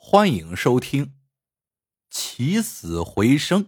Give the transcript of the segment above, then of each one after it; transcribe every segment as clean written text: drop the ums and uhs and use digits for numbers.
欢迎收听起死回生。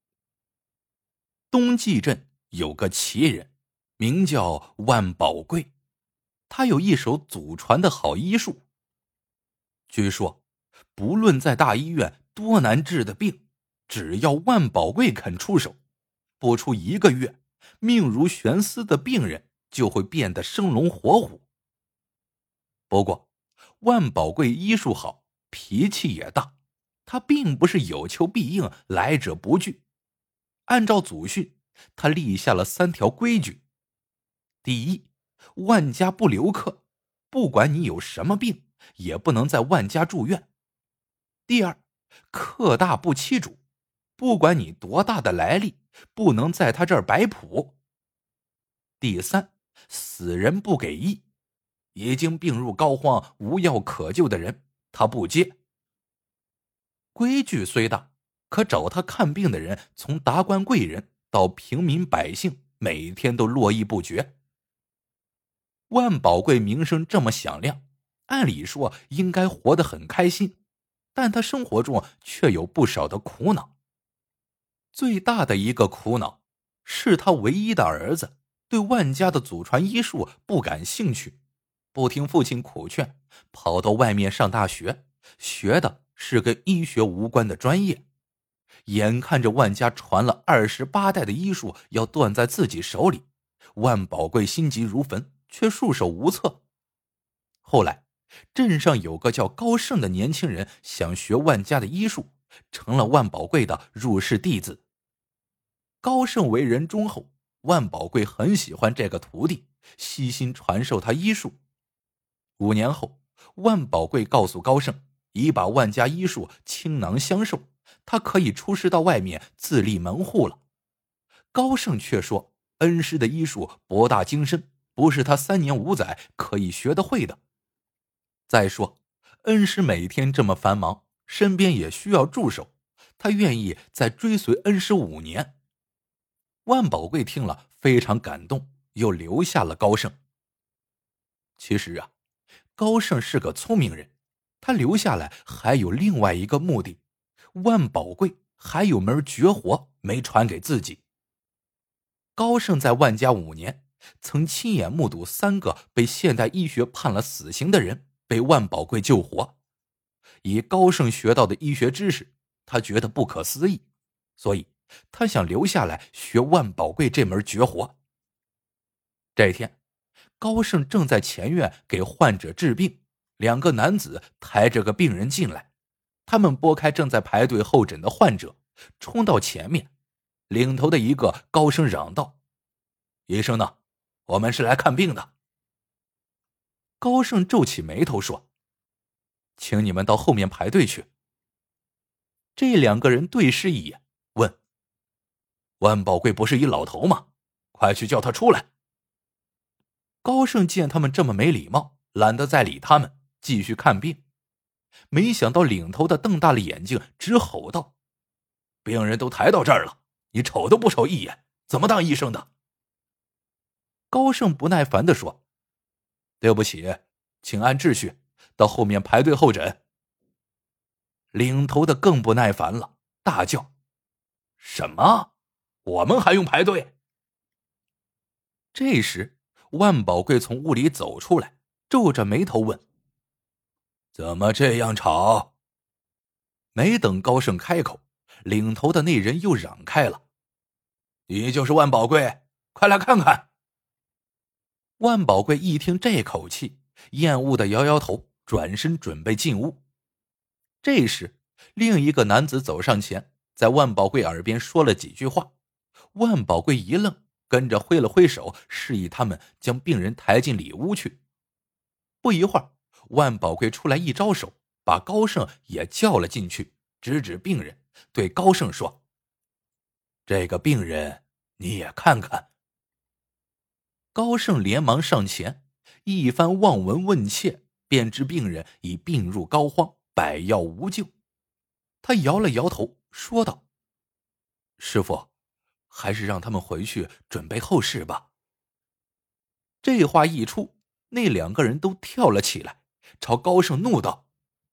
东蓟镇有个奇人，名叫万宝贵，他有一手祖传的好医术。据说不论在大医院多难治的病，只要万宝贵肯出手，不出1个月，命如悬丝的病人就会变得生龙活虎。不过万宝贵医术好，脾气也大，他并不是有求必应，来者不拒。按照祖训，他立下了3条规矩：第一，万家不留客，不管你有什么病，也不能在万家住院；第二，客大不欺主，不管你多大的来历，不能在他这儿摆谱；第三，死人不给医，已经病入膏肓无药可救的人他不接。规矩虽大，可找他看病的人从达官贵人到平民百姓，每天都络绎不绝。万宝贵名声这么响亮，按理说应该活得很开心，但他生活中却有不少的苦恼。最大的一个苦恼是他唯一的儿子对万家的祖传医术不感兴趣，不听父亲苦劝，跑到外面上大学，学的是跟医学无关的专业。眼看着万家传了28代的医术要断在自己手里，万宝贵心急如焚，却束手无策。后来镇上有个叫高盛的年轻人想学万家的医术，成了万宝贵的入室弟子。高盛为人忠厚，万宝贵很喜欢这个徒弟，悉心传授他医术。5年后，万宝贵告诉高盛，已把万家医术倾囊相授，他可以出师到外面自立门户了。高盛却说，恩师的医术博大精深，不是他3年5载可以学得会的。再说，恩师每天这么繁忙，身边也需要助手，他愿意再追随恩师5年。万宝贵听了非常感动，又留下了高盛。其实啊，高盛是个聪明人，他留下来还有另外一个目的，万宝贵还有门绝活没传给自己。高盛在万家5年，曾亲眼目睹3个被现代医学判了死刑的人被万宝贵救活。以高盛学到的医学知识，他觉得不可思议，所以他想留下来学万宝贵这门绝活。这天，高盛正在前院给患者治病，2个男子抬着个病人进来，他们拨开正在排队候诊的患者，冲到前面，领头的一个高声嚷道：“医生呢？我们是来看病的。”高盛皱起眉头说：“请你们到后面排队去。”这2个人对视一眼，问：“万宝贵不是一老头吗？快去叫他出来。”高盛见他们这么没礼貌，懒得再理他们，继续看病。没想到领头的瞪大了眼睛，直吼道：“病人都抬到这儿了，你瞅都不瞅一眼，怎么当医生的？”高盛不耐烦地说：“对不起，请按秩序到后面排队候诊。”领头的更不耐烦了，大叫：“什么？我们还用排队？”这时万宝贵从屋里走出来，皱着眉头问：“怎么这样吵？”没等高盛开口，领头的那人又嚷开了：“你就是万宝贵，快来看看！”万宝贵一听这口气，厌恶的摇摇头，转身准备进屋。这时另一个男子走上前，在万宝贵耳边说了几句话。万宝贵一愣，跟着挥了挥手，示意他们将病人抬进里屋去。不一会儿，万宝贵出来一招手，把高盛也叫了进去，指指病人，对高盛说：“这个病人你也看看。”高盛连忙上前，一番望闻问切，便知病人已病入膏肓，百药无救。他摇了摇头，说道：“师傅，还是让他们回去准备后事吧。”这话一出，那2个人都跳了起来，朝高盛怒道：“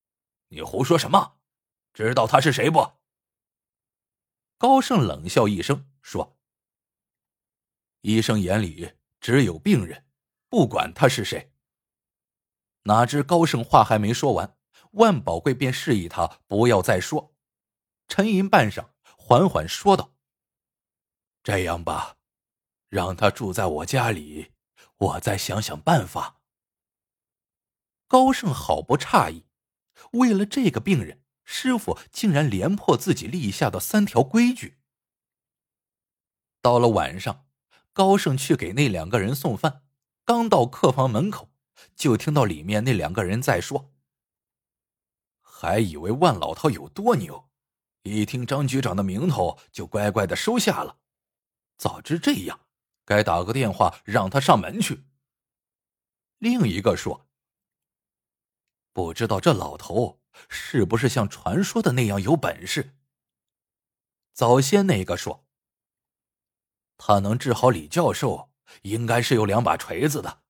你胡说什么？知道他是谁不？”高盛冷笑一声说：“医生眼里只有病人，不管他是谁。”哪知高盛话还没说完，万宝贵便示意他不要再说，沉吟半晌，缓缓说道：“这样吧，让他住在我家里，我再想想办法。”高盛好不诧异，为了这个病人，师傅竟然连破自己立下的3条规矩。到了晚上，高盛去给那2个人送饭，刚到客房门口，就听到里面那2个人在说：“还以为万老头有多牛，一听张局长的名头就乖乖的收下了。早知这样，该打个电话让他上门去。”另一个说：“不知道这老头是不是像传说的那样有本事。”早先那个说：“他能治好李教授，应该是有2把锤子的。”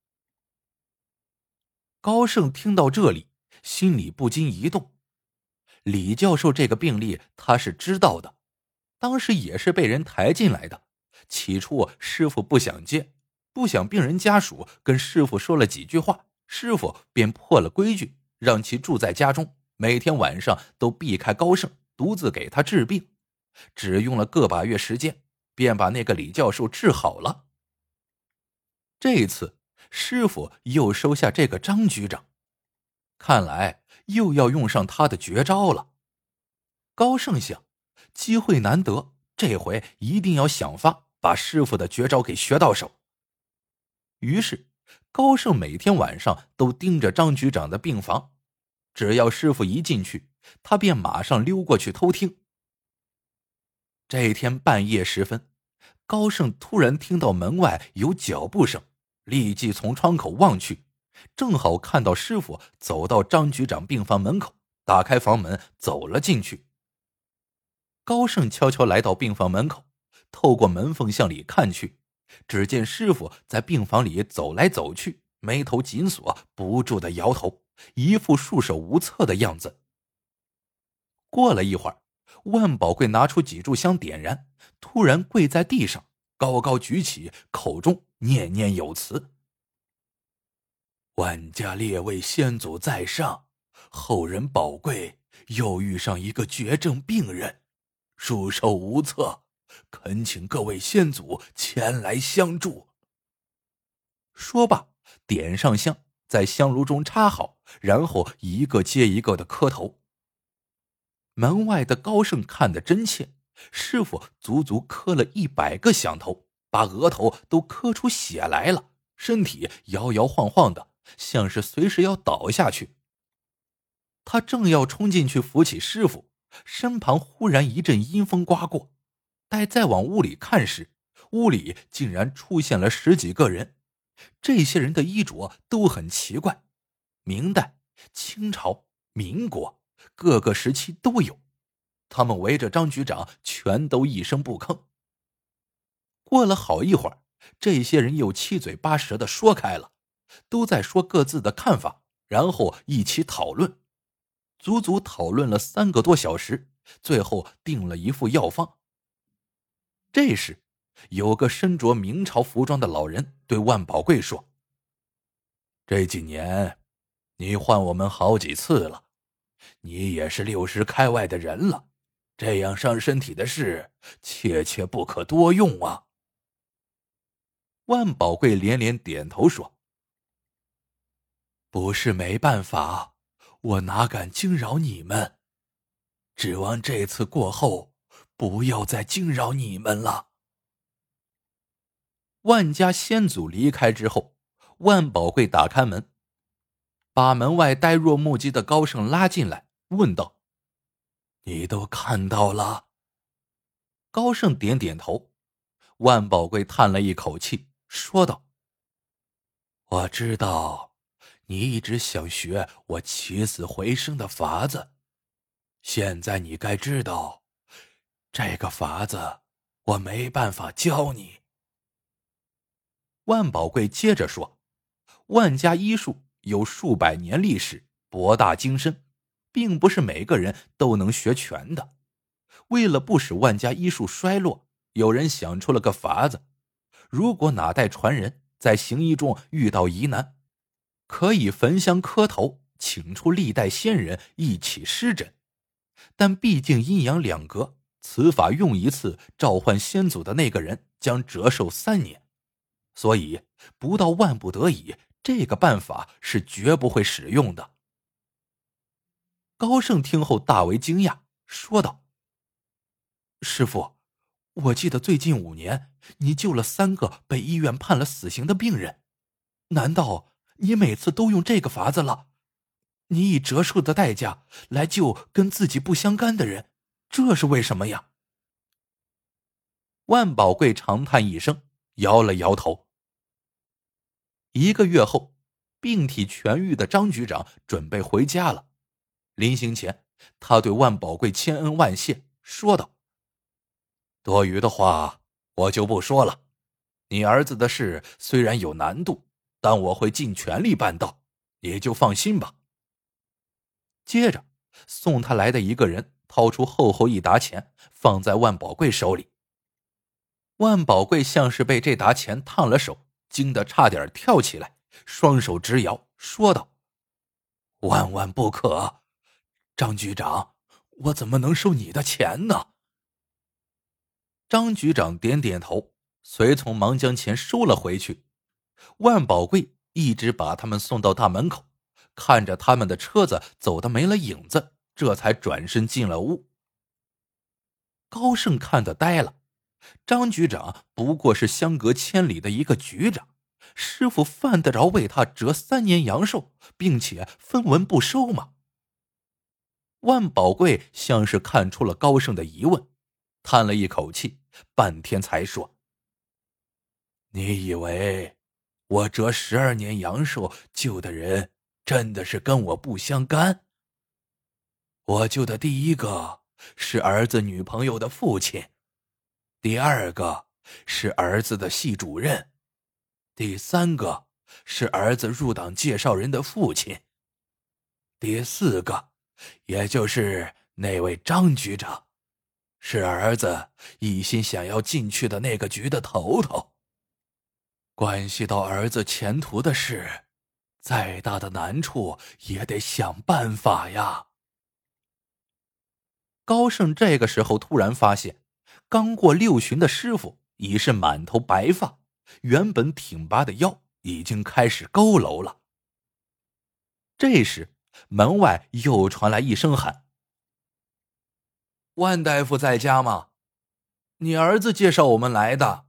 高盛听到这里，心里不禁一动。李教授这个病例他是知道的，当时也是被人抬进来的。起初师傅不想接，不想病人家属跟师傅说了几句话，师傅便破了规矩，让其住在家中，每天晚上都避开高盛，独自给他治病。只用了个把月时间，便把那个李教授治好了。这次师傅又收下这个张局长，看来又要用上他的绝招了。高盛想，机会难得，这回一定要想法把师傅的绝招给学到手。于是高盛每天晚上都盯着张局长的病房，只要师傅一进去，他便马上溜过去偷听。这天半夜时分，高盛突然听到门外有脚步声，立即从窗口望去，正好看到师傅走到张局长病房门口，打开房门走了进去。高盛悄悄来到病房门口，透过门缝向里看去，只见师傅在病房里走来走去，眉头紧锁，不住地摇头，一副束手无策的样子。过了一会儿，万宝贵拿出几炷香点燃，突然跪在地上，高高举起，口中念念有词：“万家列位先祖在上，后人宝贵又遇上一个绝症病人，束手无策，恳请各位先祖前来相助。”说罢，点上香，在香炉中插好，然后一个接一个的磕头。门外的高盛看得真切，师傅足足磕了100个响头，把额头都磕出血来了，身体摇摇晃晃的，像是随时要倒下去。他正要冲进去扶起师傅，身旁忽然一阵阴风刮过，待再往屋里看时，屋里竟然出现了10几个人。这些人的衣着都很奇怪，明代、清朝、民国各个时期都有。他们围着张局长全都一声不吭。过了好一会儿，这些人又七嘴八舌地说开了，都在说各自的看法，然后一起讨论，足足讨论了3个多小时，最后定了一副药方。这时有个身着明朝服装的老人对万宝贵说：“这几年你换我们好几次了，你也是60开外的人了，这样伤身体的事切切不可多用啊。”万宝贵连连点头说：“不是没办法，我哪敢惊扰你们，指望这次过后不要再惊扰你们了。”万家先祖离开之后，万宝贵打开门，把门外呆若木鸡的高盛拉进来，问道：“你都看到了？”高盛点点头。万宝贵叹了一口气，说道：“我知道你一直想学我起死回生的法子，现在你该知道，这个法子我没办法教你。”万宝贵接着说：“万家医术有数百年历史，博大精深， 并不是每个人都能学全的。为了不使万家医术衰落，有人想出了个法子：如果哪代传人在行医中遇到疑难，可以焚香磕头，请出历代先人一起施诊。但毕竟阴阳两隔，此法用一次召唤先祖的那个人将折寿3年，所以不到万不得已，这个办法是绝不会使用的。高盛听后大为惊讶，说道：师父，我记得最近5年你救了3个被医院判了死刑的病人，难道你每次都用这个法子了？你以折寿的代价来救跟自己不相干的人，这是为什么呀？万宝贵长叹一声，摇了摇头。1个月后，病体痊愈的张局长准备回家了。临行前，他对万宝贵千恩万谢，说道：多余的话我就不说了，你儿子的事虽然有难度，但我会尽全力办到，你就放心吧。接着，送他来的一个人掏出厚厚一沓钱，放在万宝贵手里。万宝贵像是被这沓钱烫了手，惊得差点跳起来，双手直摇，说道：万万不可！张局长，我怎么能收你的钱呢？张局长点点头，随从忙将钱收了回去。万宝贵一直把他们送到大门口，看着他们的车子走得没了影子，这才转身进了屋。高盛看得呆了，张局长不过是相隔千里的一个局长，师傅犯得着为他折3年阳寿，并且分文不收吗？万宝贵像是看出了高盛的疑问，叹了一口气，半天才说：你以为我折12年阳寿救的人真的是跟我不相干？我救的第1个是儿子女朋友的父亲，第2个是儿子的系主任，第3个是儿子入党介绍人的父亲，第4个也就是那位张局长，是儿子一心想要进去的那个局的头头。关系到儿子前途的事，再大的难处也得想办法呀。高盛这个时候突然发现，刚过6旬的师傅已是满头白发，原本挺拔的腰已经开始佝偻了。这时门外又传来一声喊：万大夫在家吗？你儿子介绍我们来的。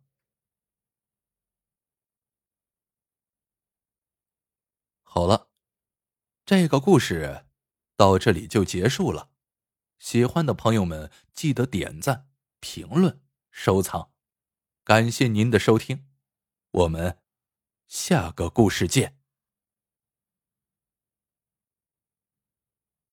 好了，这个故事到这里就结束了。喜欢的朋友们记得点赞、评论、收藏，感谢您的收听，我们下个故事见。